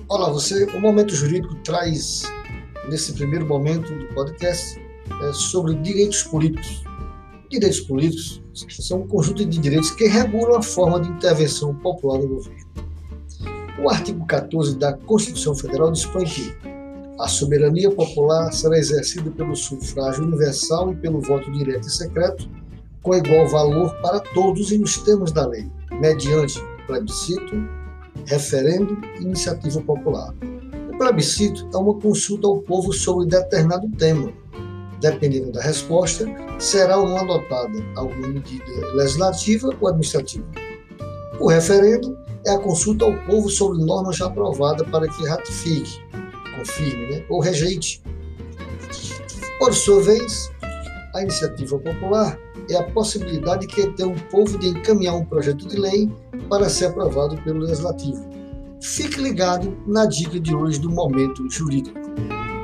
Olá, você. O Momento Jurídico traz, nesse primeiro momento do podcast, sobre direitos políticos. Direitos políticos são um conjunto de direitos que regulam a forma de intervenção popular no governo. O artigo 14 da Constituição Federal dispõe que a soberania popular será exercida pelo sufrágio universal e pelo voto direto e secreto, com igual valor para todos e nos termos da lei, mediante plebiscito, referendo e iniciativa popular. O plebiscito é uma consulta ao povo sobre determinado tema. Dependendo da resposta, será ou não adotada alguma medida legislativa ou administrativa. O referendo é a consulta ao povo sobre norma já aprovada para que ratifique, confirme, ou rejeite. Por sua vez, a iniciativa popular é a possibilidade que tem o povo de encaminhar um projeto de lei para ser aprovado pelo Legislativo. Fique ligado na dica de hoje do Momento Jurídico.